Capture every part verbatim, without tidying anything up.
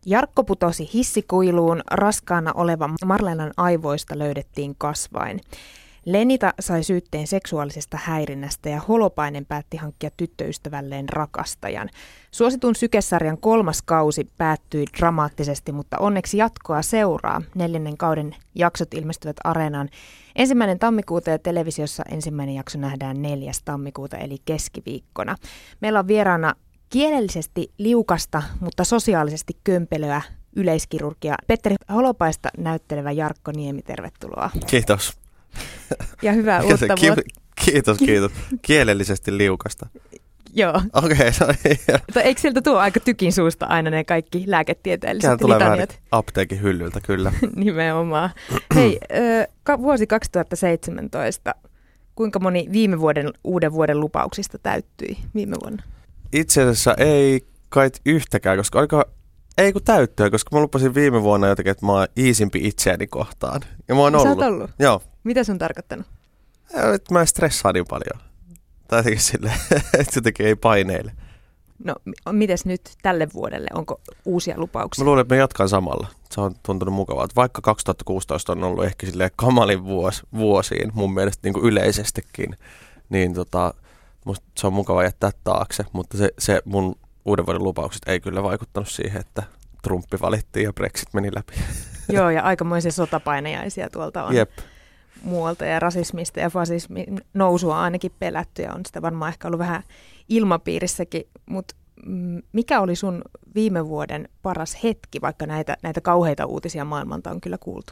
Jarkko putosi hissikuiluun, raskaana oleva Marlenan aivoista löydettiin kasvain. Lenita sai syytteen seksuaalisesta häirinnästä ja Holopainen päätti hankkia tyttöystävälleen rakastajan. Suositun Syke-sarjan kolmas kausi päättyi dramaattisesti, mutta onneksi jatkoa seuraa. Neljännen kauden jaksot ilmestyvät Areenaan ensimmäinen tammikuuta ja televisiossa ensimmäinen jakso nähdään neljäs tammikuuta eli keskiviikkona. Meillä on vieraana kielellisesti liukasta, mutta sosiaalisesti kömpelöä yleiskirurgia Petteri Holopaista näyttelevä Jarkko Niemi. Tervetuloa. Kiitos. Ja hyvää uutta Ki- vuotta. Kiitos, kiitos. Kielellisesti liukasta. Joo. Okei, okay, no eikö sieltä tuo aika tykin suusta aina ne kaikki lääketieteelliset Sehän tulee litaniat? vähän apteekin hyllyltä, kyllä. Nimenomaan. Hei, ö, vuosi kaksituhattaseitsemäntoista. Kuinka moni viime vuoden uuden vuoden lupauksista täyttyi viime vuonna? Itse asiassa ei kai yhtäkään, koska oliko, ei kun täyttyä, koska mä lupasin viime vuonna jotenkin, että mä oon iisimpi itseäni kohtaan. Ja mä oon Sä ollut. oot ollut? Joo. Mitä se on tarkoittanut? Että mä stressaan niin paljon. Tai jotenkin silleen, että jotenkin ei paineille. No, mites nyt tälle vuodelle? Onko uusia lupauksia? Mä luulen, että mä jatkan samalla. Se on tuntunut mukavalta. Vaikka kaksituhattakuusitoista on ollut ehkä silleen kamalin vuos, vuosiin mun mielestä niin kuin yleisestikin, niin tota, musta se on mukava jättää taakse. Mutta se, se mun uuden vuoden lupaukset ei kyllä vaikuttanut siihen, että Trumpi valittiin ja Brexit meni läpi. Joo, ja aikamoisia sotapainejaisia tuolta on. Jep. Muualta ja rasismista ja fasismin nousua on ainakin pelätty ja on sitä varmaan ehkä ollut vähän ilmapiirissäkin, mutta mikä oli sun viime vuoden paras hetki, vaikka näitä, näitä kauheita uutisia maailmalta on kyllä kuultu?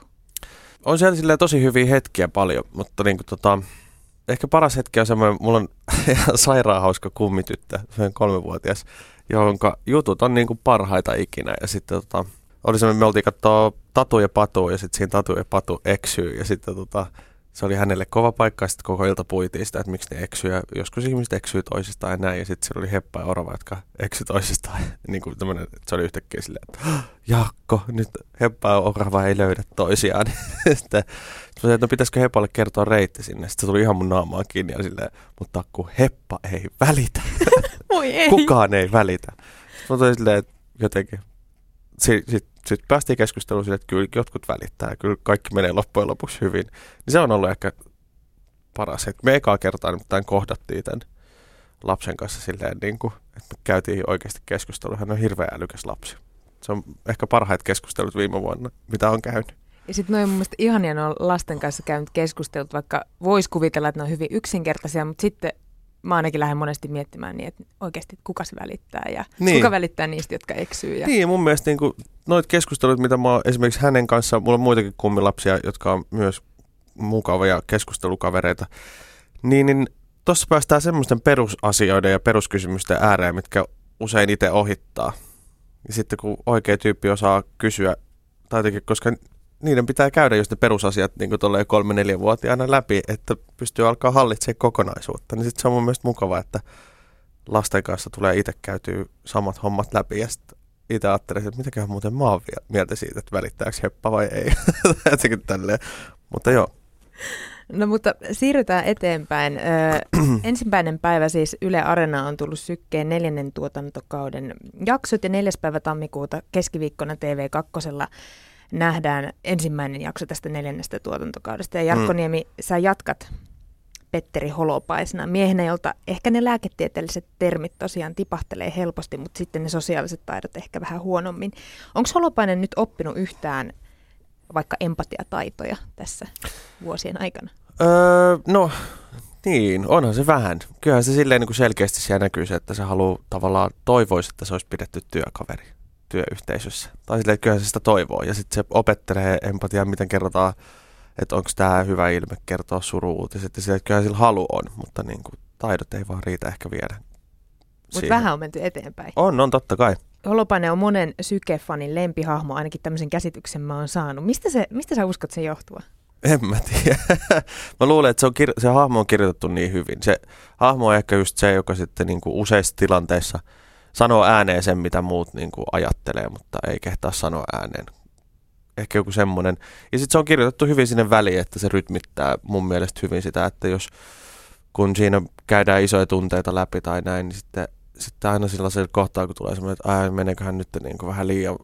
On siellä silleen tosi hyviä hetkiä paljon, mutta niinku tota, ehkä paras hetki on semmoinen, mulla on ihan sairaan hauska kummityttö, semmoinen kolmevuotias, jonka jutut on niinku parhaita ikinä ja sitten tota, oli semmoinen, me oltiin katsoa Tatu ja Patu ja sitten siinä Tatu ja Patu eksyy ja sitten tota, se oli hänelle kova paikka ja sitten koko ilta puitiin sitä, että miksi ne eksyy ja joskus ihmiset eksyy toisistaan ja näin ja sitten siellä oli Heppa ja Orava, jotka eksy toisistaan ja niin kuin tämmöinen, että se oli yhtäkkiä silleen, että Jaakko, nyt Heppa ja Orava ei löydä toisiaan. Sitten sitten sanoin, että no pitäisikö Hepalle kertoa reitti sinne. Sitten se tuli ihan mun naamaan kiinni ja silleen, mutta kun Heppa ei välitä. Voi ei. Kukaan ei välitä. Sitten mä silleen, että jotenkin. Sitten sit, sit päästiin keskusteluun sille, että kyllä jotkut välittää ja kyllä kaikki menee loppujen lopuksi hyvin. Niin se on ollut ehkä paras. Me ekaa kertaa nimittäin kohdattiin tämän lapsen kanssa silleen, niin kuin, että me käytiin oikeasti keskustelua. Hän on hirveän älykäs lapsi. Se on ehkä parhaat keskustelut viime vuonna, mitä on käynyt. Ja sitten noin mun mielestä ihania ne on lasten kanssa käynyt keskustelut, vaikka voisi kuvitella, että ne on hyvin yksinkertaisia, mutta sitten mä ainakin lähden monesti miettimään niin, että oikeasti kuka se välittää ja niin. Kuka välittää niistä, jotka eksyy. Ja niin, mun mielestä niin noita keskustelut, mitä mä oon esimerkiksi hänen kanssaan, mulla on muitakin kummilapsia, jotka on myös mukavia keskustelukavereita, niin, niin tuossa päästään semmoisten perusasioiden ja peruskysymysten ääreen, mitkä usein itse ohittaa. Ja sitten kun oikea tyyppi osaa kysyä, tai jotenkin, koska niiden pitää käydä just ne perusasiat niin kuin tolleen kolme-neljävuotiaana läpi, että pystyy alkaa hallitsemaan kokonaisuutta. Niin sitten se on mun mielestä mukava, että lasten kanssa tulee itse käytyä samat hommat läpi ja sitten itse ajattelee, että mitäköhän muuten mä oon mieltä siitä, että välittääkö Heppa vai ei. Jotenkin tälleen. Mutta joo. No mutta siirrytään eteenpäin. Ö, ensimmäinen päivä siis Yle Areena on tullut Sykkeen neljännen tuotantokauden jaksot ja neljäs päivä tammikuuta keskiviikkona T V kaksi nähdään ensimmäinen jakso tästä neljännestä tuotantokaudesta. Ja Jarkko mm. Niemi, sä jatkat Petteri Holopaisena miehenä, jolta ehkä ne lääketieteelliset termit tosiaan tipahtelee helposti, mutta sitten ne sosiaaliset taidot ehkä vähän huonommin. Onko Holopainen nyt oppinut yhtään vaikka empatiataitoja tässä vuosien aikana? Öö, no niin, onhan se vähän. Kyllähän se silleen niin kuin selkeästi siellä näkyy se, että se haluaa tavallaan toivoisi, että se olisi pidetty työkaveri työyhteisössä. Tai silleen, että kyllähän se sitä toivoo. Ja sitten se opettelee empatiaa, miten kerrotaan, että onko tämä hyvä ilme kertoa suru-uutiset. Ja silleen, että kyllähän sillä halu on, mutta niin kuin, taidot ei vaan riitä ehkä vielä. Mutta vähän on menty eteenpäin. On, on totta kai. Holopainen on monen Syke-fanin lempihahmo, ainakin tämmöisen käsityksen mä oon saanut. Mistä, se, mistä sä uskot sen johtua? En mä tiedä. Mä luulen, että se, on kir- se hahmo on kirjoitettu niin hyvin. Se hahmo on ehkä just se, joka sitten niin kuin useissa tilanteissa sanoo ääneen sen, mitä muut niin kuin ajattelee, mutta ei kehtaa sanoa ääneen. Ehkä joku semmoinen. Ja sitten se on kirjoitettu hyvin sinne väliin, että se rytmittää mun mielestä hyvin sitä, että jos kun siinä käydään isoja tunteita läpi tai näin, niin sitten, sitten aina sellaisella kohtaa, kun tulee semmoinen, että aah, meneeköhän nyt niin kuin vähän liian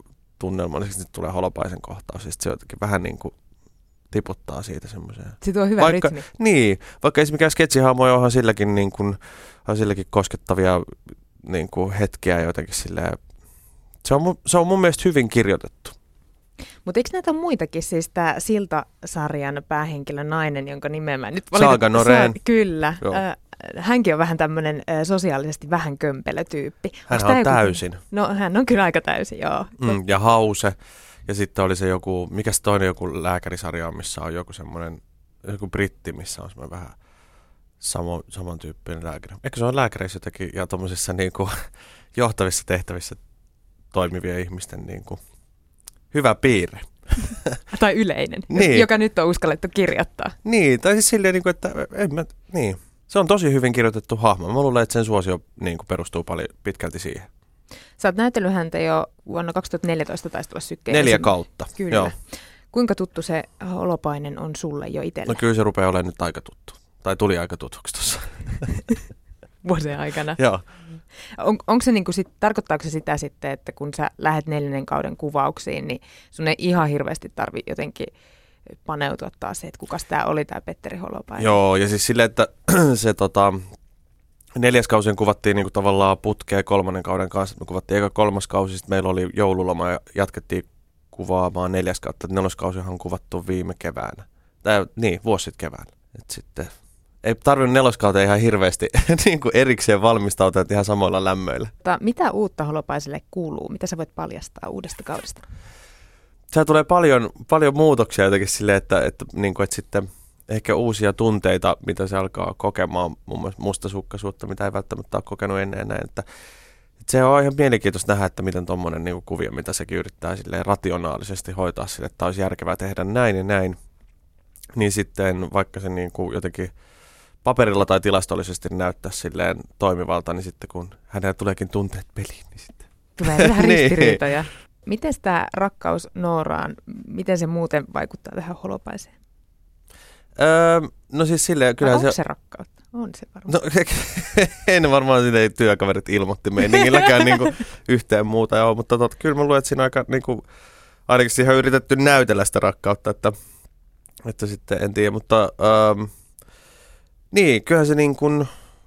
tunnelmalliseksi, sitten tulee Holopaisen kohtaus, ja sitten se jotenkin vähän niin kuin tiputtaa siitä semmoiseen. Siitä on hyvä vaikka, rytmi. Niin, vaikka ei se mikään sketsihahmoja, onhan silläkin, niin kuin, on silläkin koskettavia niin kuin hetkiä jotenkin silleen. Se on, se on mun mielestä hyvin kirjoitettu. Mutta eikö näitä muitakin, siis tämä Silta-sarjan päähenkilö nainen, jonka nimeä mä nyt Saga Norén. Kyllä. Äh, hänkin on vähän tämmöinen äh, sosiaalisesti vähän kömpelö tyyppi. Hän on täysin. Joku? No hän on kyllä aika täysin, joo. Mm, ja Hause. Ja sitten oli se joku, mikä se toinen joku lääkärisarja on, missä on joku semmoinen, joku britti, missä on semmoinen vähän samo, samantyyppinen lääkäri. Eikö se ole lääkäreissä jotenkin ja tuommoisissa niinku johtavissa tehtävissä toimivien ihmisten niinku hyvä piirre. Tai yleinen, niin. Joka nyt on uskallettu kirjoittaa. Niin, tai siis silleen, niinku, että en mä, niin. Se on tosi hyvin kirjoitettu hahmo. Mä luulen, että sen suosio niinku perustuu paljon pitkälti siihen. Sä oot näytellyt häntä jo vuonna kaksituhattaneljätoista taisi tulla Sykkeen. Neljä kautta. Kyllä. Joo. Kuinka tuttu se Holopainen on sulle jo itselle? No kyllä se rupeaa olemaan nyt aika tuttu. Tai tuli aika tutuksi tuossa. Vuosien aikana. Joo. On, onko se niinku sit, tarkoittaako se sitä sitten, että kun sä lähdet neljännen kauden kuvauksiin, niin sun ei ihan hirveästi tarvitse jotenkin paneutua taas se, että kukas tää oli tää Petteri Holopainen? Joo, ja siis silleen, että se tota, neljäs kausien kuvattiin niinku tavallaan putkea kolmannen kauden kanssa. Me kuvattiin eka kolmas kausi, sitten meillä oli joululoma ja jatkettiin kuvaamaan neljäs kautta. Neloskausihan on kuvattu viime keväänä. Tää, niin, vuosi sitten keväänä. Et sitten ei tarvinnut neloskauteen ihan hirveästi niin kuin erikseen valmistautua ihan samoilla lämmöillä. Mitä uutta Holopaiselle kuuluu? Mitä sä voit paljastaa uudesta kaudesta? Sehän tulee paljon, paljon muutoksia jotenkin silleen, että, että, niin kuin, että sitten ehkä uusia tunteita, mitä se alkaa kokemaan, muun muassa mustasukkaisuutta, mitä ei välttämättä ole kokenut ennen näin. Että, että se on ihan mielenkiintoista nähdä, että miten tuommoinen niin kuin kuvio, mitä sekin yrittää silleen rationaalisesti hoitaa sille, että olisi järkevää tehdä näin ja näin. Niin sitten vaikka se niin kuin jotenkin paperilla tai tilastollisesti näyttää silleen toimivalta, niin sitten kun hänellä tuleekin tunteet peliin, niin sitten tulee vähän ristiriitoja. Miten tämä rakkaus Nooraan, miten se muuten vaikuttaa tähän Holopaiseen? Öö, no siis silleen, kyllähän onko se... se rakkautta? On se varmaan. No en varmaan sitä ei työkaverit ilmoitti meiningilläkään niinku yhteen muuta, joo, mutta tot, kyllä mä luulen, että siinä on aika niinku, ainakin siihen on yritetty näytellä sitä rakkautta, että, että sitten en tiedä, mutta öö, niin, kyllähän se niin kuin,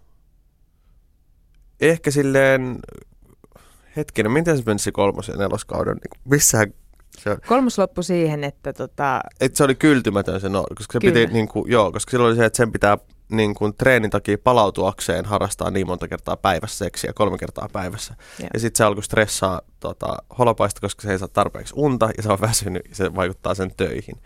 ehkä silleen, hetkinen, miten se meni se kolmos- ja neloskauden, niin missähän se... Kolmos loppui siihen, että tota... Että se oli kyltymätön se, no, koska se piti, niin kuin, joo, koska silloin oli se, että sen pitää niin kuin treenin takia palautuakseen harrastaa niin monta kertaa päivässä seksiä, kolme kertaa päivässä. Joo. Ja sitten se alkoi stressaa tota, Holopaista, koska se ei saa tarpeeksi unta ja se on väsynyt ja se vaikuttaa sen töihin.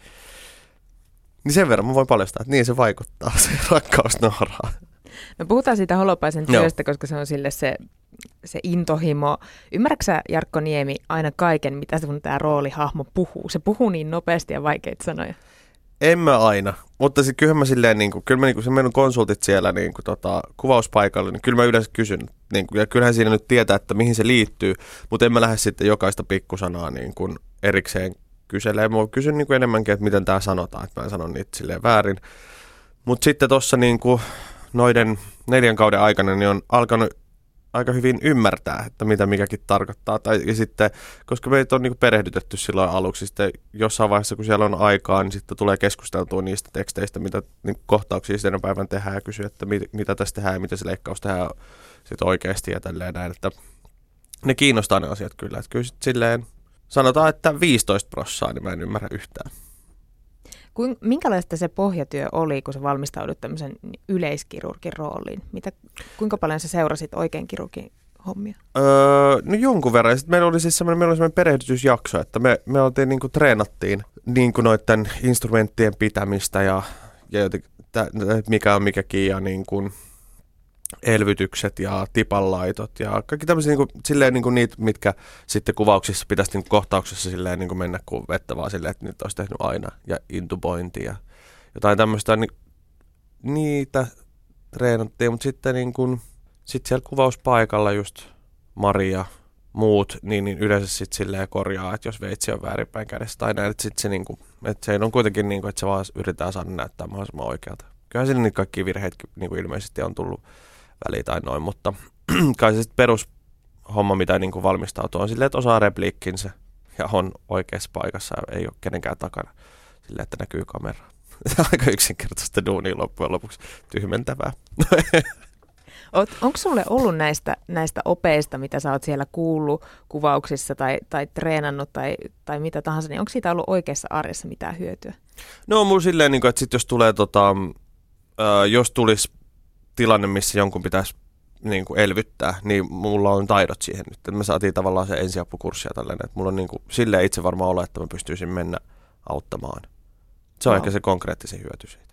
Niin sen verran mä voin paljastaa, että niin se vaikuttaa, se rakkaus Nooraan. No puhutaan siitä Holopaisen työstä, koska se on sille se, se intohimo. Ymmärrätkö sä, Jarkko Niemi, aina kaiken, mitä sun tää roolihahmo puhuu? Se puhuu niin nopeasti ja vaikeita sanoja. En mä aina, mutta sitten kyllä mä silleen, niin kuin, kyllä mä niin kuin, se meidän konsultit siellä niin kuin, tota, kuvauspaikalla, niin kyllä mä yleensä kysyn, niin kuin, ja kyllähän siinä nyt tietää, että mihin se liittyy, mutta en mä lähde sitten jokaista pikkusanaa niin kuin erikseen kyselee. Mä kysyn niin kuin enemmänkin, että miten tämä sanotaan, että mä en sano niitä silleen väärin. Mutta sitten tuossa niin kuin noiden neljän kauden aikana niin on alkanut aika hyvin ymmärtää, että mitä mikäkin tarkoittaa. Tai, ja sitten, koska meitä on niin kuin perehdytetty silloin aluksi, sitten jossain vaiheessa, kun siellä on aikaa, niin sitten tulee keskusteltua niistä teksteistä, mitä niin kohtauksia sitten päivän tehdään ja kysyä, että mit, mitä tässä tehdään ja miten se leikkaus tehdään sitten oikeasti ja tälleen näin. Että ne kiinnostaa ne asiat kyllä. Että kyllä sitten silleen, sanotaan, että viisitoista prosenttia, niin mä en ymmärrä yhtään. Kuin, minkälaista se pohjatyö oli, kun sä valmistaudut tämmöisen yleiskirurgin rooliin? Mitä, kuinka paljon sä seurasit oikein kirurgin hommia? Öö, no jonkun verran. Sitten meillä oli siis semmoinen, meillä oli semmoinen perehdytysjakso, että me, me oltiin niin kuin treenattiin niin kuin noiden instrumenttien pitämistä ja, ja jotenkin, mikä on mikäkin ja niin kuin elvytykset ja tipanlaitot ja kaikki tämmöisiä niin kuin, silleen niin kuin niitä, mitkä sitten kuvauksissa pitäisi niin kuin kohtauksessa silleen niin kuin mennä kuin vettä vaan silleen, että niitä olisi tehnyt aina ja intubointi ja jotain tämmöistä, niin niitä treenattiin, mutta sitten niin kuin, sit siellä kuvauspaikalla just Mari ja muut, niin, niin yleensä sitten silleen korjaa, että jos veitsi on väärinpäin kädessä tai näin, että sitten se, niin kuin, että se on kuitenkin niin kuin, että se vaan yritetään saada näyttää mahdollisimman oikealta. Kyllähän siinä niitä kaikkia virheitä niin kuin ilmeisesti on tullut väliin tai noin, mutta kai se sitten perushomma, mitä niin kuin valmistautuu, on silleen, että osaa repliikkinsä ja on oikeassa paikassa ja ei ole kenenkään takana sillä, että näkyy kamera. Aika yksinkertaista duunia loppujen lopuksi, tyhmentävää. Onko sulle ollut näistä, näistä opeista, mitä sä oot siellä kuullut kuvauksissa tai, tai treenannut tai, tai mitä tahansa, niin onko siitä ollut oikeassa arjessa mitään hyötyä? No mulla silleen, että sit jos tulee, tota, äh, jos tulisi tilanne, missä jonkun pitäisi niin kuin elvyttää, niin mulla on taidot siihen nyt. Me saatiin tavallaan se ensiapukurssi ja tällainen, että mulla on niin kuin silleen itse varmaan olla, että mä pystyisin mennä auttamaan. Se on wow. ehkä se konkreettisen hyöty siitä.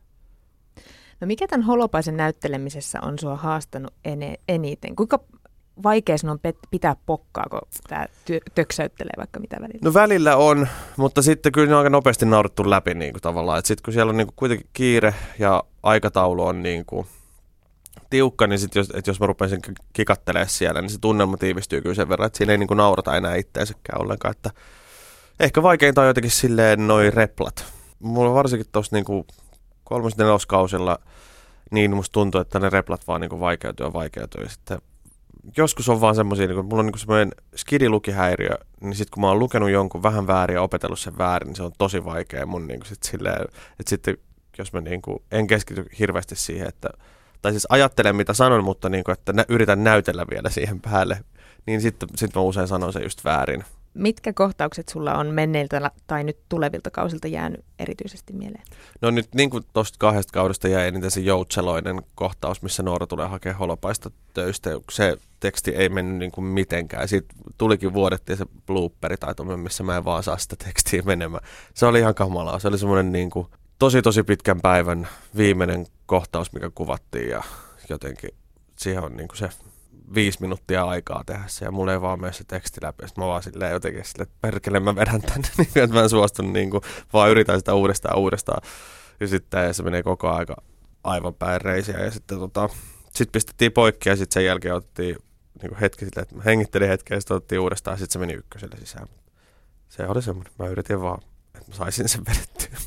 No mikä tämän Holopaisen näyttelemisessä on sua haastanut ene- eniten? Kuinka vaikea sinun on pet- pitää pokkaa, kun tämä työ- töksäyttelee vaikka mitä välillä? No välillä on, mutta sitten kyllä ne on aika nopeasti naurattu läpi niin kuin tavallaan. Sitten kun siellä on niin kuin kuitenkin kiire ja aikataulu on niin kuin tiukka, niin sitten jos, että jos mä rupeaisin kikattelemaan siellä, niin se tunnelma tiivistyy kyllä sen verran, että siinä ei niin kuin naurata enää itteensäkään ollenkaan. Että ehkä vaikeinta on jotenkin silleen noi replat. Mulla varsinkin tuossa niinku kolmas neloskausilla niin musta tuntuu, että ne replat vaan niinku vaikeutuu ja vaikeutuu. Ja sitten joskus on vaan semmosia, niinku, mulla on niinku semmoinen skidilukihäiriö, niin sitten kun mä oon lukenut jonkun vähän väärin ja opetellut sen väärin, niin se on tosi vaikea mun niinku sit silleen, että sitten jos mä niinku en keskity hirveästi siihen, että tai siis ajattelen mitä sanon, mutta niinku, että nä- yritän näytellä vielä siihen päälle, niin sitten sit mä usein sanon sen just väärin. Mitkä kohtaukset sulla on menneiltä tai nyt tulevilta kausilta jäänyt erityisesti mieleen? No nyt niin kuin tuosta kahdesta kaudesta jäi eniten se joutseloinen kohtaus, missä Noora tulee hakemaan Holopaista töistä. Se teksti ei mennyt niin kuin mitenkään. Siitä tulikin vuodettiin se blooperi tai tommoinen, missä mä en vaan saa sitä tekstiä menemään. Se oli ihan kamalaa. Se oli semmoinen niin kuin tosi tosi pitkän päivän viimeinen kohtaus, mikä kuvattiin ja jotenkin siihen on niin kuin se viisi minuuttia aikaa tehdä se ja mulla ei vaan mene se teksti läpi. Sitten mä vaan silleen jotenkin silleen, että perkele mä vedän tänne, niin että mä en suostunut niin kuin, vaan yritän sitä uudestaan uudestaan. Ja sitten se menee koko aika aivan päin reisiä ja sitten tota, sit pistettiin poikki ja sitten sen jälkeen otettiin niin kuin hetki silleen, että mä hengittelin hetken ja sitten otettiin uudestaan ja sitten se meni ykköselle sisään. Se oli semmoinen, mä yritin vaan, että mä saisin sen vedettyä.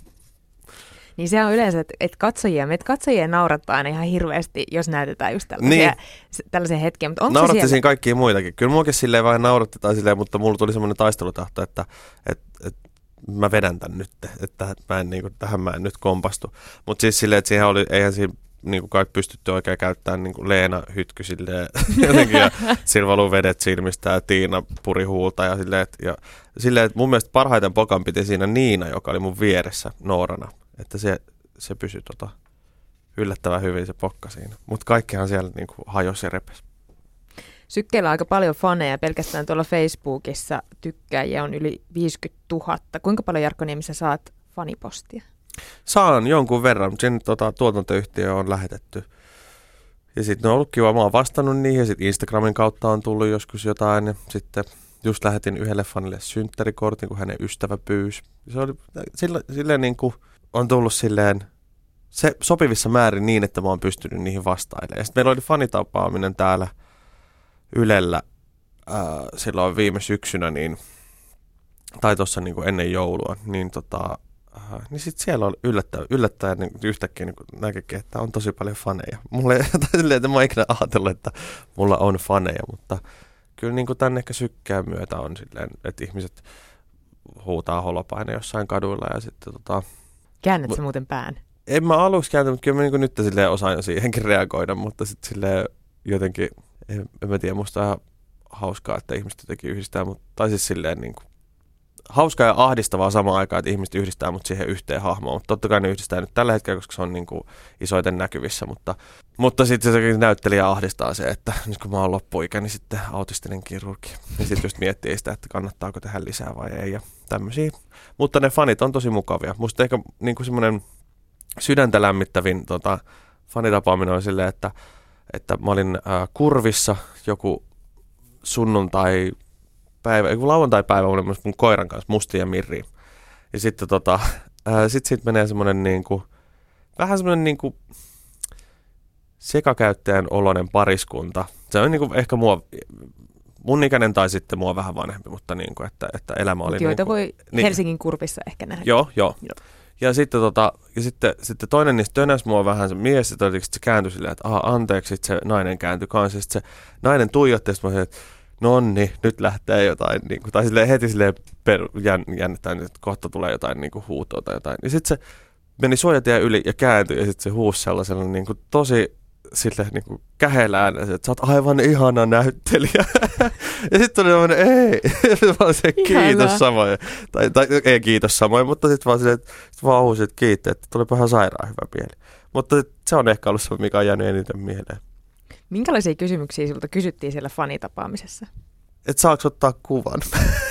Niin se on yleensä, että et katsojia, meitä katsojia naurattaa aina ihan hirveästi, jos näytetään just tällaisia, niin. tällaisia hetkiä. Mutta nauratti siellä siinä kaikkia muitakin. Kyllä muakin silleen vähän nauratti tai silleen, mutta mulla tuli semmoinen taistelutahto, että, että, että mä vedän tän nyt, että mä en, niin kuin, tähän mä en nyt kompastu. Mutta siis silleen, että siihen oli, eihän siinä niin kuin kaikki pystytty oikein käyttämään niin kuin Leena hytky silleen jotenkin ja sillä valuu vedet silmistä ja Tiina puri huulta ja silleen, että, ja, silleen, että mun mielestä parhaiten pokan piti siinä Niina, joka oli mun vieressä Noorana. Että se, se pysyi tota, yllättävän hyvin se pokka siinä. Mutta kaikkihan siellä niinku hajosi ja repesi. Sykkeellä on aika paljon faneja. Pelkästään tuolla Facebookissa tykkäjiä on yli viisikymmentätuhatta. Kuinka paljon, Jarkko Niemi, sä saat fanipostia? Saan jonkun verran. Sen tota, tuotantoyhtiö on lähetetty. Ja sitten on ollut kiva. Mä oon vastannut niihin. Ja sitten Instagramin kautta on tullut joskus jotain. Ja sitten just lähetin yhdelle fanille synttärikortin, kun hänen ystävä pyysi. Se oli sillä, silleen niin kuin on tullut silleen se sopivissa määrin niin, että mä oon pystynyt niihin vastailemaan. Sitten meillä oli fanitapaaminen täällä Ylellä ää, silloin viime syksynä, niin, tai tuossa niin ennen joulua, niin, tota, ää, niin sitten siellä oli yllättäen, yllättäen niin yhtäkkiä niin näkikin, että on tosi paljon faneja. Mulla ei, tai silleen, että mä oon ikinä ajatellut, että mulla on faneja, mutta kyllä niin tämän ehkä sykkään myötä on silleen, että ihmiset huutaa Holopainen jossain kaduilla ja sitten tota... Käännät sä muuten pään? En mä aluksi kääntänyt, mutta kyllä mä niin nyt silleen osaan siihenkin reagoida, mutta sitten silleen jotenkin, en, en mä tiedä, musta on ihan hauskaa, että ihmiset jotenkin yhdistää, mutta, tai siis silleen niin kuin, hauskaa ja ahdistavaa samaan aikaan, että ihmiset yhdistää mut siihen yhteen hahmoon, mutta totta kai ne yhdistää nyt tällä hetkellä, koska se on niin kuin isoiten näkyvissä, mutta, mutta sitten se näyttelijä ahdistaa se, että nyt kun mä oon loppuikä, niin sitten autistinen kirurgi, ja sitten just miettii sitä, että kannattaako tehdä lisää vai ei, ja tämmöisiä. Mutta ne fanit on tosi mukavia. Musta ehkä niin kuin semmoinen sydäntä lämmittävin tota, fanitapaaminen on silleen, että, että mä olin äh, Kurvissa joku sunnuntai päivä, joku lauantai-päivä, mä olin mun koiran kanssa, Musti ja Mirri. Ja sitten tota, äh, sit siitä menee semmoinen niinku, vähän semmoinen niinku sekakäyttäjän oloinen pariskunta. Se on niinku ehkä mua, mun ikäinen tai sitten mua vähän vanhempi, mutta niinku, että, että elämä oli... Mut joita niinku, voi niin, Helsingin Kurvissa ehkä nähdä. Joo, joo. joo. Ja sitten, tota, ja sitten, sitten toinen niistä tönäs mua vähän se mies, että se kääntyi silleen, että aha, anteeksi, sitten se nainen kääntyi kanssa. Sitten se nainen tuijotti, ja sitten mä sanoin, että nonni, nyt lähtee jotain, niin kuin, tai silleen heti silleen per, jän, jännittää, että kohta tulee jotain niin kuin huutoa tai jotain. Ja sitten se meni suojatien yli ja kääntyi ja sitten se huusi sellaisella niin kuin tosi silleen niin kuin käheellä äänellä, että sä oot aivan ihana näyttelijä. Ja sitten tuli tämmöinen, ei, vaan se kiitos samoin. Tai, tai ei kiitos samoin, mutta sitten vaan silleen, että vaan huusit kiittää, että tulipa ihan sairaan hyvä mieli. Mutta se on ehkä ollut se, mikä on jäänyt eniten mieleen. Minkälaisia kysymyksiä sinulta kysyttiin siellä fanitapaamisessa? Että saako ottaa kuvan?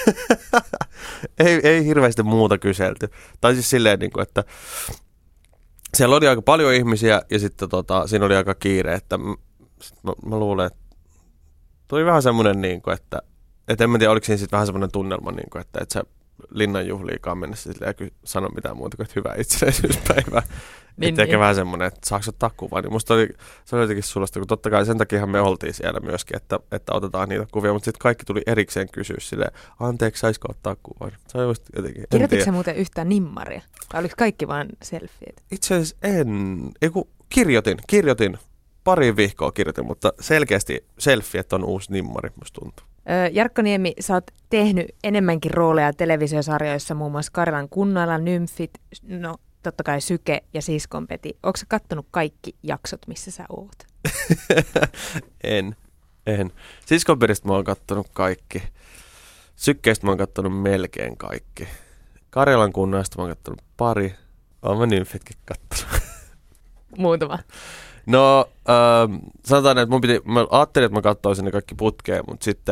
ei, ei hirveästi muuta kyselty. Tai siis silleen, että siellä oli aika paljon ihmisiä ja sitten tota, siinä oli aika kiire. Että mä, mä luulen, että tuli vähän semmoinen, että, että en mä tiedä, oliko siinä sitten vähän semmoinen tunnelma, että, että se linnanjuhliikaan mennessä ja sano mitään muuta kuin, että hyvää itsenäisyyspäivää. Niin, että ehkä niin. Vähän semmoinen, että saako ottaa kuvan. Niin musta oli, se oli jotenkin sulosta, kun totta kai sen takia me oltiin siellä myöskin, että, että otetaan niitä kuvia, mutta sitten kaikki tuli erikseen kysyä silleen, anteeksi, saisiko ottaa kuvan? Se on just jotenkin. Kirjoititko sä muuten yhtään nimmaria? Vai oliko kaikki vaan selfieet? Itse asiassa en. Eiku, kirjoitin, kirjoitin. Pari vihkoa kirjoitin, mutta selkeästi selfieet on uusi nimmari, musta tuntuu. Jarkko Niemi, sä oot tehnyt enemmänkin rooleja televisiosarjoissa, muun muassa Karjalan kunnalla, Nymfit, no totta kai Syke ja Siskonpeti. Ootko sä kattonut kaikki jaksot, missä sä oot? en, en. Siskonpetistä mä oon kattonut kaikki. Sykkeistä mä oon kattonut melkein kaikki. Karjalan kunnasta mä oon kattonut pari. Oon mä Nymfitkin kattonut. Muutama. No, ähm, sanotaan, että mun piti, mä ajattelin, että mä katsoisin ne kaikki putkeen, mutta sitten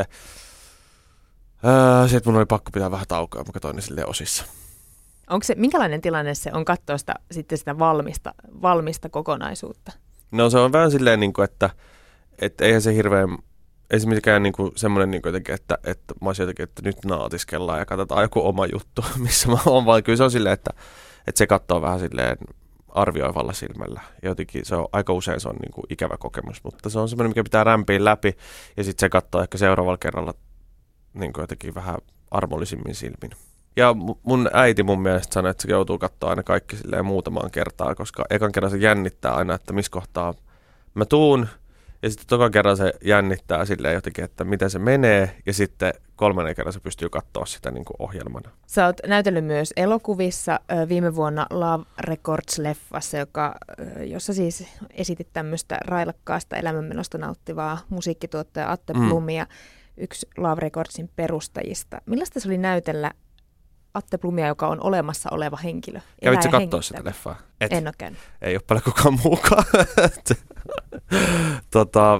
äh, sit mun oli pakko pitää vähän taukoa, mä katsoin ne silleen osissa. Onko se, minkälainen tilanne se on katsoa sitä, sitten sitä valmista, valmista kokonaisuutta? No se on vähän silleen, niin kuin, että, että eihän se hirveän, ei se mikään niin kuin, semmoinen, niin kuin jotenkin, että, että mä olisin jotenkin, että nyt naatiskellaan ja katsotaan joku oma juttu, missä mä oon, vaan kyllä se on silleen, että, että se katsoo vähän silleen arvioivalla silmällä. Ja jotenkin se on, aika usein se on niin kuin ikävä kokemus, mutta se on semmoinen, mikä pitää rämpiä läpi ja sitten se katsoo ehkä seuraavalla kerralla niin kuin jotenkin vähän armollisimmin silmin. Ja mun äiti mun mielestä sanoi, että se joutuu katsoa aina kaikki silleen muutamaan kertaa, koska ekan kerran se jännittää aina, että missä kohtaa mä tuun. Ja sitten tokan kerran se jännittää silleen jotenkin, että miten se menee. Ja sitten kolmannen kerran se pystyy katsoa sitä niin kuin ohjelmana. Sä oot näytellyt myös elokuvissa viime vuonna Love Records-leffassa, joka, jossa siis esitit tämmöistä railakkaasta elämänmenosta nauttivaa musiikkituottaja Atte mm. Blumia, yksi Love Recordsin perustajista. Millaista se oli näytellä Atte Blumia, joka on olemassa oleva henkilö? Kävitkö katsoa sitä leffaa? Et. En ole käynyt. Ei ole paljon kukaan muukaan. tota,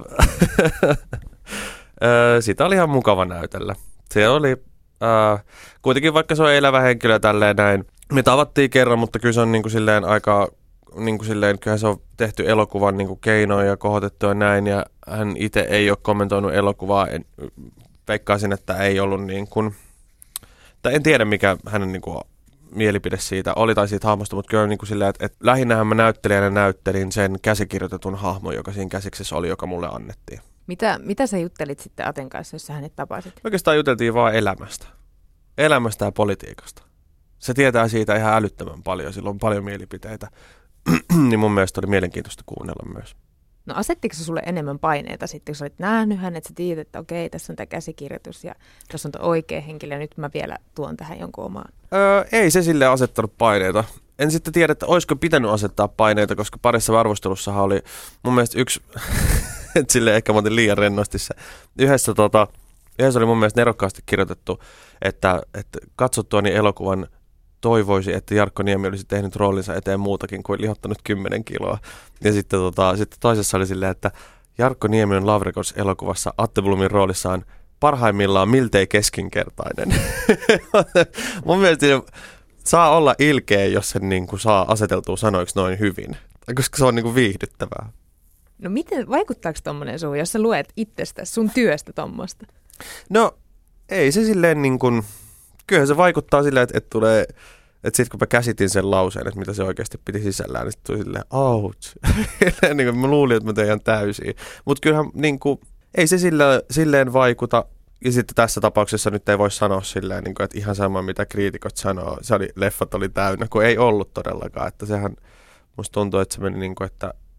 sitä oli ihan mukava näytellä. Se oli äh, kuitenkin, vaikka se on elävä henkilö tälleen näin. Me tavattiin kerran, mutta kyllä se on niin kuin silleen aika, niin kuin silleen, kyllähän se on tehty elokuvan niin kuin keinoin ja kohotettu ja näin. Ja hän itse ei ole kommentoinut elokuvaa. En, veikkaisin, että ei ollut niin kuin, tai en tiedä mikä hänen niin kuin mielipide siitä oli tai siitä hahmosta, mutta kyllä niin kuin silleen, että, että lähinnähän mä näyttelijänä näyttelin sen käsikirjoitetun hahmon, joka siinä käsiksessä oli, joka mulle annettiin. Mitä, mitä sä juttelit sitten Aten kanssa, jos sä hänet tapasit? Oikeastaan juteltiin vaan elämästä. Elämästä ja politiikasta. Se tietää siitä ihan älyttömän paljon, sillä on paljon mielipiteitä. Niin mun mielestä oli mielenkiintoista kuunnella myös. No asettiko se sulle enemmän paineita sitten, kun sä olit nähnyt hänet, sä tiedät, että okei, tässä on tämä käsikirjoitus ja tässä on tuo oikea henkilö ja nyt mä vielä tuon tähän jonkun omaan? Öö, ei se silleen asettanut paineita. En sitten tiedä, että olisiko pitänyt asettaa paineita, koska parissa arvostelussahan oli mun mielestä yksi, että silleen ehkä mä otin liian rennosti se. Yhdessä, tota, yhdessä oli mun mielestä nerokkaasti kirjoitettu, että, että katsottuani elokuvan toivoisi, että Jarkko Niemi olisi tehnyt roolinsa eteen muutakin kuin lihottanut kymmenen kiloa. Ja sitten, tota, sitten toisessa oli silleen, että Jarkko Niemi on Love Records-elokuvassa Atte Blumin roolissaan parhaimmillaan miltei keskinkertainen. Mun mielestä saa olla ilkeä, jos sen niin kuin saa aseteltua sanoiksi noin hyvin, koska se on niin kuin viihdyttävää. No miten, vaikuttaako tommonen suhun, jos sä luet itsestäsi, sun työstä tommoista? No ei se silleen niin kuin, kyllähän se vaikuttaa silleen, että, että tulee, että sitten kun mä käsitin sen lauseen, että mitä se oikeasti piti sisällään, niin sitten tuli silleen, ouch. Niin kuin mä luulin, että mä tein ihan täysin. Mutta kyllähän niin kuin, ei se silleen, silleen vaikuta. Ja sitten tässä tapauksessa nyt ei voi sanoa silleen, niin kuin, että ihan sama mitä kriitikot sanoo. Se oli, leffat oli täynnä, kun ei ollut todellakaan. Että sehän musta tuntuu, että se meni niin kuin, että,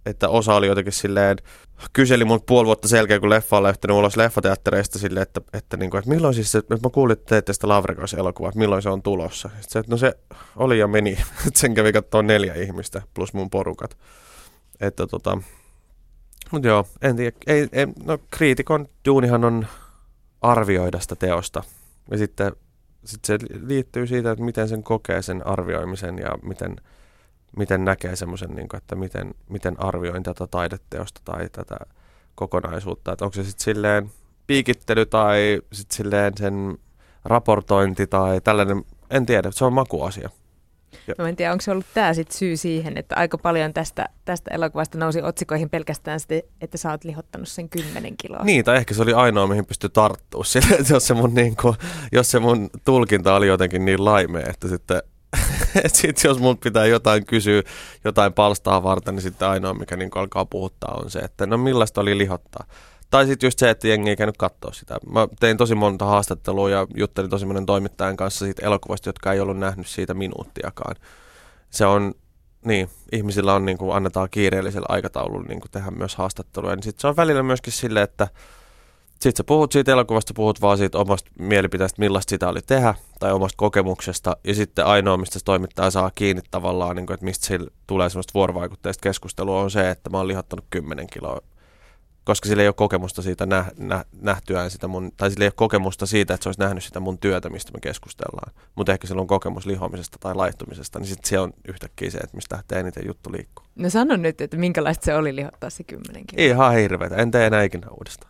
että osa oli jotenkin silleen, kyseli mun puoli vuotta selkeä, kun leffa on lähtenyt ulos leffateattereista silleen, että, että, niin kuin, että milloin siis, että mä kuulin, että teette sitä Lavrekas-elokuvaa, että milloin se on tulossa. Sitten se, että no se oli ja meni, että sen kävi katsoa neljä ihmistä plus mun porukat. Että tota, mutta joo, en tiedä, ei, ei, no kriitikon duunihan on arvioida sitä teosta. Ja sitten sit se liittyy siitä, että miten sen kokee sen arvioimisen ja miten, miten näkee semmoisen, niin että miten, miten arvioin tätä taideteosta tai tätä kokonaisuutta. Että onko se sitten silleen piikittely tai sitten silleen sen raportointi tai tällainen, en tiedä, se on makuasia. No en tiedä, onko se ollut tämä sit syy siihen, että aika paljon tästä, tästä elokuvasta nousi otsikoihin pelkästään sitten, että sä oot lihottanut sen kymmenen kiloa. Niin, tai ehkä se oli ainoa, mihin pystyi tarttua. Sille, että jos, se mun, niin kuin, jos se mun tulkinta oli jotenkin niin laimea, että sitten että sit, jos mun pitää jotain kysyä, jotain palstaa varten, niin sitten ainoa, mikä niin kuin alkaa puhuttaa, on se, että no millaista oli lihottaa. Tai sitten just se, että jengi ei käynyt katsoa sitä. Mä tein tosi monta haastattelua ja juttelin tosi monen toimittajan kanssa siitä elokuvasta, jotka ei ollut nähnyt siitä minuuttiakaan. Se on, niin, ihmisillä on, niin kuin annetaan kiireellisellä aikataululla niin kuin tehdä myös haastatteluja. Niin sitten se on välillä myöskin silleen, että sitten sä puhut siitä elokuvasta, puhut vaan siitä omasta mielipiteestä, millaista sitä oli tehdä, tai omasta kokemuksesta. Ja sitten ainoa, mistä se toimittaja saa kiinni tavallaan, niin kuin, että mistä sillä tulee semmoista vuorovaikutteista keskustelua, on se, että mä oon lihottanut kymmenen kiloa. Koska sillä ei ole kokemusta siitä nä, nä, nähtyään sitä mun, tai sillä ei ole kokemusta siitä, että se olisi nähnyt sitä mun työtä, mistä me keskustellaan. Mutta ehkä sillä on kokemus lihomisesta tai laihtumisesta, niin sitten se on yhtäkkiä se, että mistä lähtee eniten juttu liikkuu. No sano nyt, että minkälaista se oli lihottaa se kymmenen kiloa. Ihan hirveetä, en tee enää ikinä uudestaan.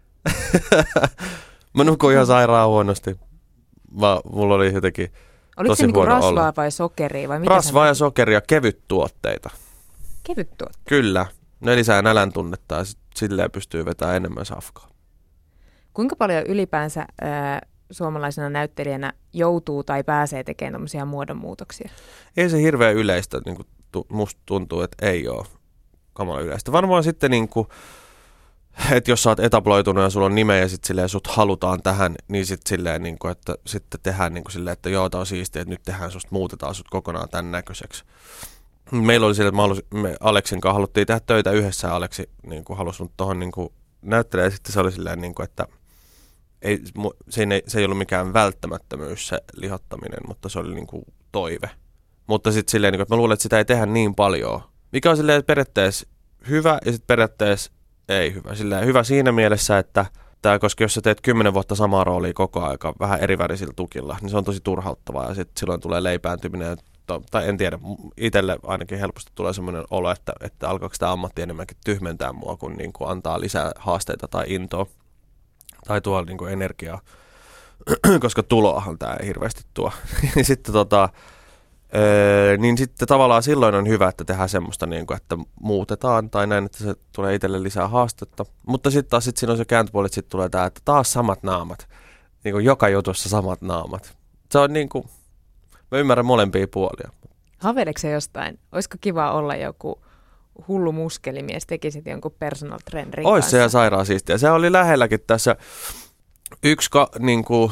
Mä nukuin ihan sairaan huonosti. Mä, mulla oli jotenkin Oliko tosi se niinku huono rasvaa olla. vai sokeria? Vai mitä rasvaa ja sokeria, kevyttuotteita. Kevyttuotteita? Kyllä. Ne lisää nälän tunnetta ja sit silleen pystyy vetämään enemmän safkaa. Kuinka paljon ylipäänsä äh, suomalaisena näyttelijänä joutuu tai pääsee tekemään tämmöisiä muodonmuutoksia? Ei se hirveän yleistä, niin kuin tu, musta tuntuu, että ei ole kamala yleistä. Varmaan sitten, niin kuin, että jos sä oot etabloitunut ja sulla on nimeä ja sitten silleen sut halutaan tähän, niin sitten silleen, niin kuin, että sitten tehdään niin kuin silleen, että joo, tää on siistiä, että nyt tehdään susta, muutetaan sut kokonaan tämän näköiseksi. Meillä oli sille, että me, halusin, me Aleksin kanssa haluttiin tehdä töitä yhdessä ja Aleksi niin kuin halusi mut tuohon niin näyttelemään. Ja sitten se oli silleen, niin kuin, että ei, se, ei, se ei ollut mikään välttämättömyys se lihottaminen, mutta se oli niin kuin toive. Mutta sitten silleen, niin kuin, että mä luulen, että sitä ei tehdä niin paljon. Mikä on silleen periaatteessa hyvä ja sitten periaatteessa ei hyvä. Silleen, hyvä siinä mielessä, että tää, koska jos sä teet kymmenen vuotta samaa roolia koko aika vähän eri värisillä tukilla, niin se on tosi turhauttavaa ja sitten silloin tulee leipääntyminen. Tai en tiedä, itselle ainakin helposti tulee semmoinen olo, että, että alkaako tämä ammatti enemmänkin tyhmentää mua, kun niin kuin antaa lisää haasteita tai intoa tai tuo niin kuin energiaa, koska tuloahan tämä ei hirveästi tuo. sitten, tota, öö, niin sitten tavallaan silloin on hyvä, että tehdään semmoista, niin kuin, että muutetaan tai näin, että se tulee itselle lisää haastetta. Mutta sitten taas sit siinä on se kääntöpuoli, että sitten tulee tämä, että taas samat naamat, niin kuin joka jutussa samat naamat. Se on niin kuin... Mä ymmärrän molempia puolia. Haveleeko se jostain? Olisiko kiva olla joku hullu muskelimies, tekisit jonkun personal trainerin kanssa? Ois se ja sairaan siistiä. Se oli lähelläkin tässä yksi, ka, niin kuin,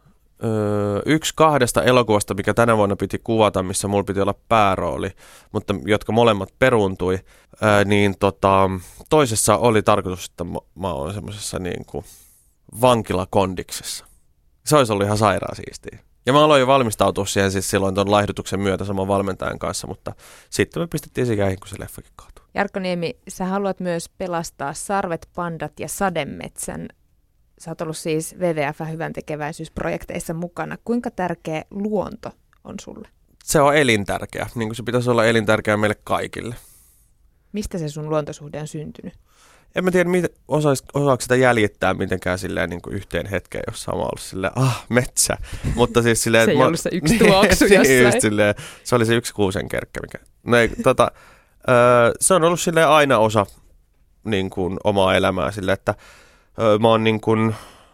ö, yksi kahdesta elokuvasta, mikä tänä vuonna piti kuvata, missä mulla piti olla päärooli, mutta jotka molemmat peruuntui, ö, niin tota, toisessa oli tarkoitus, että mä, mä oon semmoisessa niin kuin vankilakondiksessa. Se olisi ollut ihan sairaan siistiä. Ja mä aloin jo valmistautua siihen siis silloin tuon laihdutuksen myötä saman valmentajan kanssa, mutta sitten me pistettiin sikäihin, kun se leffakin kaatui. Jarkko Niemi, sä haluat myös pelastaa sarvet, pandat ja sademetsän. Sä oot ollut siis W W F-hyväntekeväisyysprojekteissa mukana. Kuinka tärkeä luonto on sulle? Se on elintärkeä, niin kuin se pitäisi olla elintärkeä meille kaikille. Mistä se sun luontosuhde on syntynyt? En mä tiedä, osais, osaako sitä jäljittää mitenkään silleen niin kuin yhteen hetkeen, jossa on ollut silleen, ah, metsä. Mutta siis silleen, se ei mä, ollut se yksi tuoksu jossain. Just silleen, se oli se yksi kuusenkerkkä. Mikä, no ei, tota, öö, se on ollut silleen aina osa niin kuin, omaa elämää. Silleen, että öö, mä oon niin kuin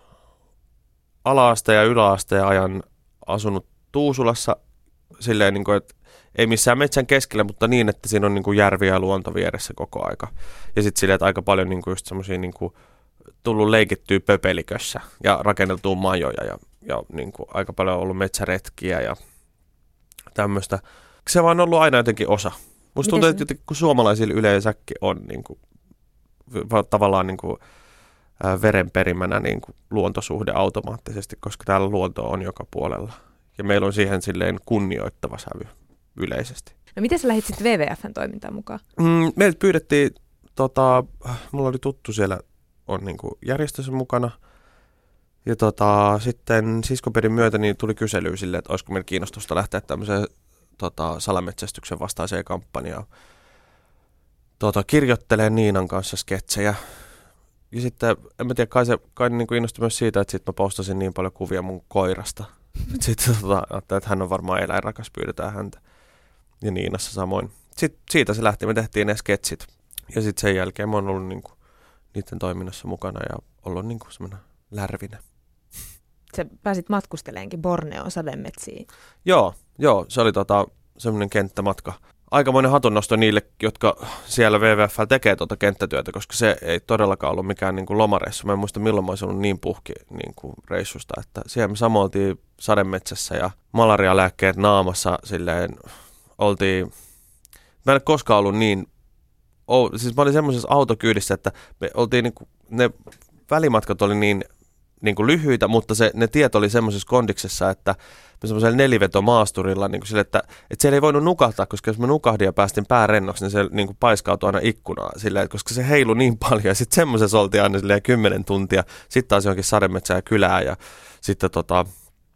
ala-aste- ja yläasteen ajan asunut Tuusulassa silleen, niin kuin, että ei missään metsän keskellä, mutta niin, että siinä on niin kuin järviä ja luonto vieressä koko aika. Ja sitten silleen, että aika paljon niin kuin just semmoisia niin kuin tullut leikittyä pöpelikössä ja rakenneltua majoja ja, ja niin kuin aika paljon on ollut metsäretkiä ja tämmöistä. Se vaan on ollut aina jotenkin osa. Musta tuntuu, että kun suomalaisilla yleensäkin on niin kuin, tavallaan niin kuin, ä, verenperimänä niin kuin luontosuhde automaattisesti, koska täällä luonto on joka puolella. Ja meillä on siihen silleen kunnioittava sävy yleisesti. No miten sä lähdit sitten W W F:n toimintaan mukaan? Mm, meiltä pyydettiin, tota, mulla oli tuttu siellä on niin kuin järjestössä mukana. Ja tota, sitten siskopedin myötä niin tuli kyselyä sille, että olisiko meillä kiinnostusta lähteä tämmöiseen tota, salametsästyksen vastaiseen kampanjaan. Tota, kirjoittelee Niinan kanssa sketsejä. Ja sitten, en mä tiedä, kai se kai niin kuin innostui myös siitä, että sit mä postasin niin paljon kuvia mun koirasta. Sitten tota, ajattelin, että hän on varmaan eläinrakas, pyydetään häntä. Ja Niinassa samoin. Sitten siitä se lähti, me tehtiin ne sketsit. Ja sitten sen jälkeen mä oon ollut niin kuin niiden toiminnassa mukana ja ollut niin kuin semmoinen lärvinen. Sä pääsit matkusteleenkin Borneoon sademetsiin. Joo, joo, se oli tota, semmoinen kenttämatka. Aikamoinen hatunnosto niille, jotka siellä W W F tekee tuota kenttätyötä, koska se ei todellakaan ollut mikään niin kuin lomareissu. Mä en muista milloin mä olisin ollut niin puhki niin kuin reissusta, että siellä me samoin oltiin sademetsässä ja malarialääkkeet naamassa silleen oltiin. Mä en ole koskaan ollut niin, oh, siis mä olin semmoisessa autokyydissä, että me oltiin niin kuin, ne välimatkat oli niin niin kuin lyhyitä, mutta se, ne tiet oli semmoisessa kondiksessa, että semmoisella nelivetomaasturilla, niin kuin sille, että, että siellä ei voinut nukahtaa, koska jos mä nukahdin ja päästin päärennoksi, niin se niin kuin paiskautui aina ikkunaa, silleen, koska se heilui niin paljon. Ja sitten semmoisessa oltiin aina silleen kymmenen tuntia, sitten taas johonkin sademetsään ja kylään ja sitten, tota,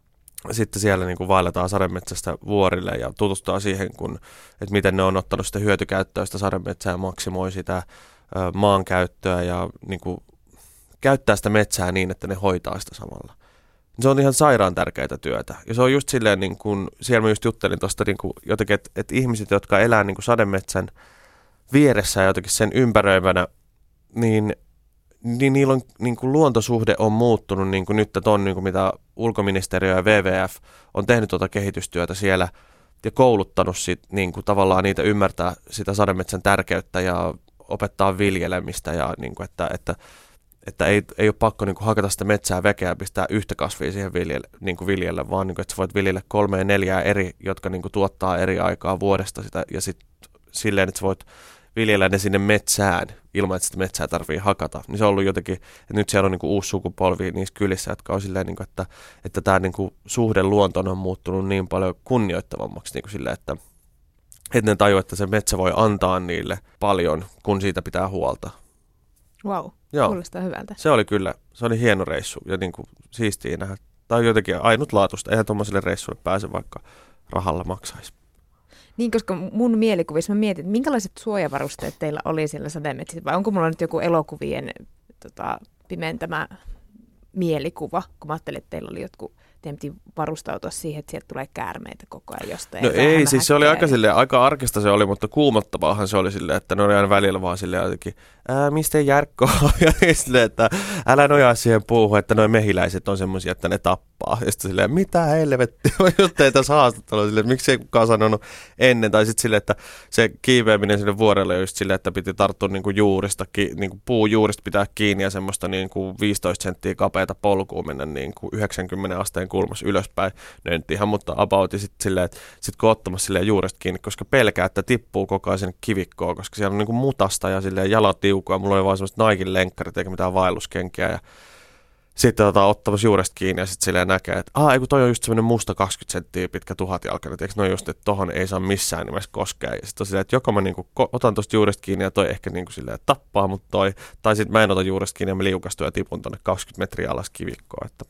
sitten siellä niin kuin vaelletaan sademetsästä vuorille ja tutustaa siihen, kun, että miten ne on ottanut sitä hyötykäyttöä sitä sademetsää ja maksimoi sitä ö, maankäyttöä ja niin kuin käyttää sitä metsää niin, että ne hoitaa sitä samalla. Se on ihan sairaan tärkeää työtä. Ja se on just silleen, niin kuin, siellä mä just juttelin tuosta niin kuin jotenkin, että, että ihmiset, jotka elää niin kuin sademetsän vieressä ja jotenkin sen ympäröivänä, niin, niin niillä on niin kuin luontosuhde on muuttunut niin kuin nyt ton, niin kuin mitä ulkoministeriö ja W W F on tehnyt tuota kehitystyötä siellä ja kouluttanut sit, niin kuin tavallaan niitä ymmärtää sitä sademetsän tärkeyttä ja opettaa viljelemistä ja niin kuin, että, että Että ei, ei ole pakko niin kuin hakata sitä metsää vekeä ja pistää yhtä kasvia siihen viljelle, niin kuin viljelle, vaan niin kuin, että sä voit viljellä kolmea neljää eri, jotka niin kuin tuottaa eri aikaa vuodesta sitä. Ja sitten silleen, että sä voit viljellä ne sinne metsään ilman, että sitä metsää tarvii hakata. Niin se on ollut jotenkin, että nyt siellä on niin kuin uusi sukupolvi niissä kylissä, jotka on silleen, niin kuin, että, että tämä niin kuin suhde luontoon on muuttunut niin paljon kunnioittavammaksi niin kuin silleen, että, että ne tajuu, että se metsä voi antaa niille paljon, kun siitä pitää huolta. Wow, joo, kuulostaa hyvältä. Se oli kyllä, se oli hieno reissu ja niin kuin siistiä nähdä. Tai jotenkin ainutlaatuista, eihän tuommoiselle reissulle pääse, vaikka rahalla maksaisi. Niin, koska mun mielikuvissa mä mietin, että minkälaiset suojavarusteet teillä oli siellä sademetsissä, vai onko mulla nyt joku elokuvien tota, pimentämä mielikuva, kun mä ajattelin, että teillä oli jotkut, teidän piti varustautua siihen, että sieltä tulee käärmeitä koko ajan jostain. No ei, siis se oli aika, silleen, aika arkista se oli, mutta kuumottavaahan se oli silleen, että ne oli aina välillä vaan silleen jotenkin, ää, mistä Jarkko? Ja silleen, että älä nojaa siihen puuhun, että noi mehiläiset on semmoisia, että ne tappaa. Ja sitten silleen, mitä helvettiä, just ei tässä haastattelua silleen, että miksi ei kukaan sanonut ennen. Tai sitten silleen, että se kiiveäminen sinne vuorelle just silleen, että piti tarttua niinku juurista, ki, niinku puujuurista pitää kiinni ja semmoista niinku viisitoista senttiä kapeata polkua mennä niinku yhdeksänkymmentä asteen kulmassa ylöspäin. Ne nyt ihan, mutta about ja sitten silleen, että sit kun ottamassa silleen juuresta kiinni, koska pelkää, että tippuu koko ajan sinne kivikkoon, koska siellä on niinku mutasta ja silleen jalat tiukkoa. Mulla oli vaan semmoiset Naikin lenkkarit eikä mitään vaelluskenkiä ja sitten tota, ottamassa juuresta kiinni ja sitten silleen näkee, että aah, ei kun toi on just semmoinen musta kaksikymmentä senttiä pitkä tuhatjalkainen, eikö no just, että tohon ei saa missään nimessä koskea. Ja sitten on silleen, että joko mä niinku otan tosta juuresta kiinni ja toi ehkä niinku silleen tappaa mut toi, tai sitten mä en ota juuresta kiinni ja mä liukastun ja tipun tonne kaksikymmentä metriä alas kivikkoon, että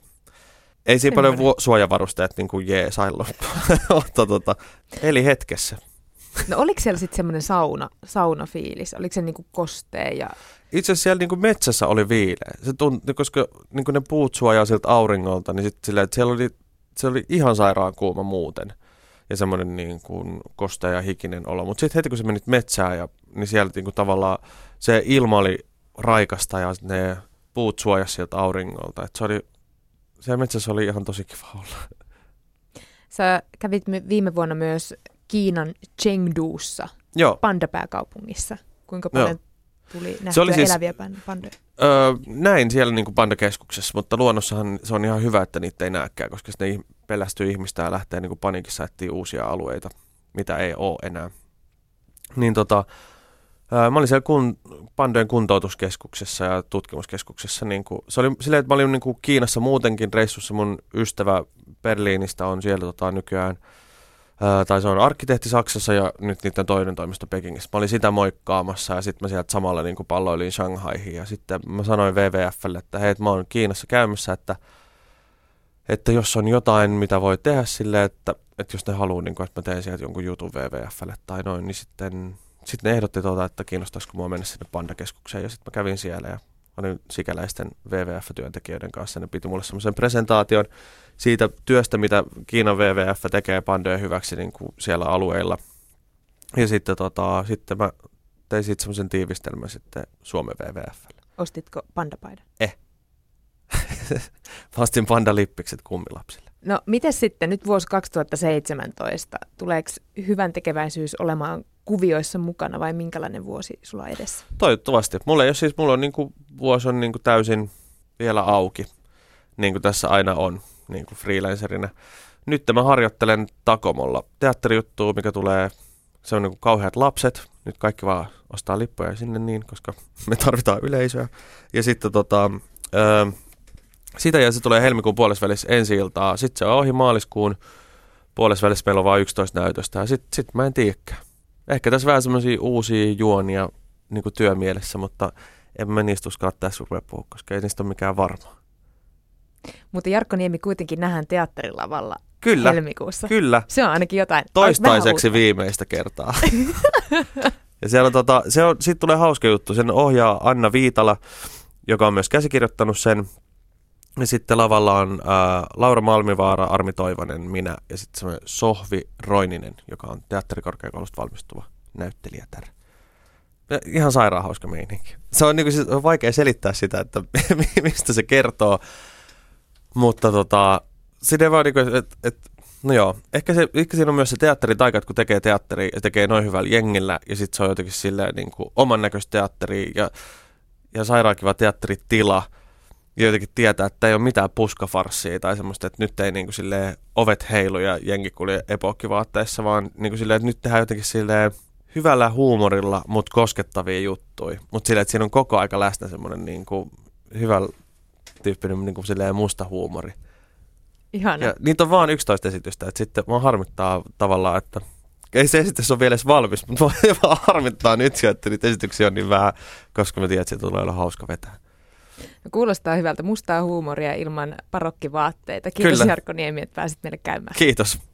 ei siinä paljon vu- suojavarusteet niin kuin jee saillo, mutta tota, eli hetkessä. No oliko siellä sitten semmoinen sauna, saunafiilis? Oliko se niinku kostea? Ja... Itse asiassa siellä niinku metsässä oli viileä. Se tunt, koska niinku ne puut suojaa siltä auringolta, niin sitten silleen, että siellä oli, se oli ihan sairaan kuuma muuten. Ja semmoinen niinku kostea ja hikinen olo. Mutta sitten heti kun se menit metsään, ja, niin siellä niinku tavallaan se ilma oli raikasta ja ne puut suojasi siltä auringolta. Et se oli, siellä metsässä oli ihan tosi kiva olla. Sä kävit viime vuonna myös Kiinan Chengdussa, Joo. pandapääkaupungissa. Kuinka paljon Joo. tuli nähtyä siis, eläviä pandoja? Öö, näin siellä niin kuin pandakeskuksessa, mutta luonnossahan se on ihan hyvä, että niitä ei näekään, koska ne pelästyy ihmistä ja lähtee niin kuin paniikissa etsiä uusia alueita, mitä ei ole enää. Niin tota, ää, mä olin siellä kun, pandojen kuntoutuskeskuksessa ja tutkimuskeskuksessa. Niin kuin, se oli silleen, että mä olin niin kuin Kiinassa muutenkin reissussa. Mun ystävä Berliinistä on siellä tota, nykyään, ää, tai se on arkkitehti Saksassa ja nyt niiden toinen toimisto Pekingissä. Mä olin sitä moikkaamassa ja sitten mä sieltä samalla niin kuin palloilin Shanghaihin. Ja sitten mä sanoin W W F:lle, että hei, mä oon Kiinassa käymässä, että että jos on jotain, mitä voi tehdä silleen, että, että jos ne haluaa, niin kuin, että mä teen sieltä jonkun jutun W W F:lle tai noin, niin sitten, sitten ne ehdotti tuota, että kiinnostaisiko mua mennä sinne Pandakeskukseen. Ja sitten mä kävin siellä ja olin sikäläisten W W F-työntekijöiden kanssa. Ne piti mulle semmoisen presentaation siitä työstä, mitä Kiinan W W F tekee pandojen hyväksi niin kuin siellä alueilla. Ja sitten, tota, sitten mä tein siitä semmoisen tiivistelmän sitten Suomen W W F:lle. Ostitko pandapaidan? Eh. Mä ostin pandalippikset kummilapsille. No miten sitten nyt vuosi kaksituhattaseitsemäntoista? Tuleeko hyvän tekeväisyys olemaan kuvioissa mukana vai minkälainen vuosi sulla on edessä? Toivottavasti. Mulla ei ole siis, mulla on niinku, vuosi on niinku täysin vielä auki, niin kuin tässä aina on niinku freelancerina. Nyt mä harjoittelen Takomolla teatterijuttua, mikä tulee, se on niinku kauheat lapset. Nyt kaikki vaan ostaa lippuja sinne niin, koska me tarvitaan yleisöä. Ja sitten tota... Öö, Sitä ja se tulee helmikuun puolesvälissä ensi iltaa. Sitten se on ohi maaliskuun puolesvälissä. Meillä on vain yksitoista näytöstä. Sitten sit mä en tiedäkään. Ehkä tässä vähän semmoisia uusia juonia niin kuin työmielessä, mutta en mä niistä uskalla tässä rupea puhua, koska ei niistä ole mikään varma. Mutta Jarkko Niemi kuitenkin nähdään teatterilavalla kyllä, helmikuussa. Kyllä. Se on ainakin jotain. Toistaiseksi viimeistä kertaa. Ja siellä on tota, se on, siitä tulee hauska juttu. Sen ohjaa Anna Viitala, joka on myös käsikirjoittanut sen. Ja sitten lavalla on ää, Laura Malmivaara, Armi Toivonen, minä ja sitten semmoinen Sohvi Roininen, joka on teatterikorkeakoulusta valmistuva näyttelijätär. Ja ihan sairaan hauska meininki. Se on, niinku, on vaikea selittää sitä, että mistä se kertoo, mutta tota, siinä vaan niinku, että et, no joo, ehkä, se, ehkä siinä on myös se teatteritaika, että kun tekee teatteria ja tekee noin hyvällä jengillä ja sitten se on jotenkin silleen niinku oman näköistä teatteria ja, ja sairaan kiva teatteritila. Ja jotenkin tietää, että ei ole mitään puskafarssia tai semmoista, että nyt ei niinku silleen ovet heilu ja jengi kulje epokkivaatteissa, vaan niinku silleen, että nyt tehdään jotenkin silleen hyvällä huumorilla, mutta koskettavia juttuja. Mutta silleen, että siinä on koko aika läsnä semmoinen niinku hyvä tyyppinen niinku silleen musta huumori. Ihana. Ja niitä on vaan yksitoista esitystä, että sitten mua harmittaa tavallaan, että ei se esitys ole vielä edes valmis, mutta mua vaan harmittaa nyt jo, että niitä esityksiä on niin vähän, koska mä tiedän, että se tulee olla hauska vetää. No, kuulostaa hyvältä. Mustaa huumoria ilman parokkivaatteita. Kiitos Kyllä. Jarkko Niemi, että pääsit meille käymään. Kiitos.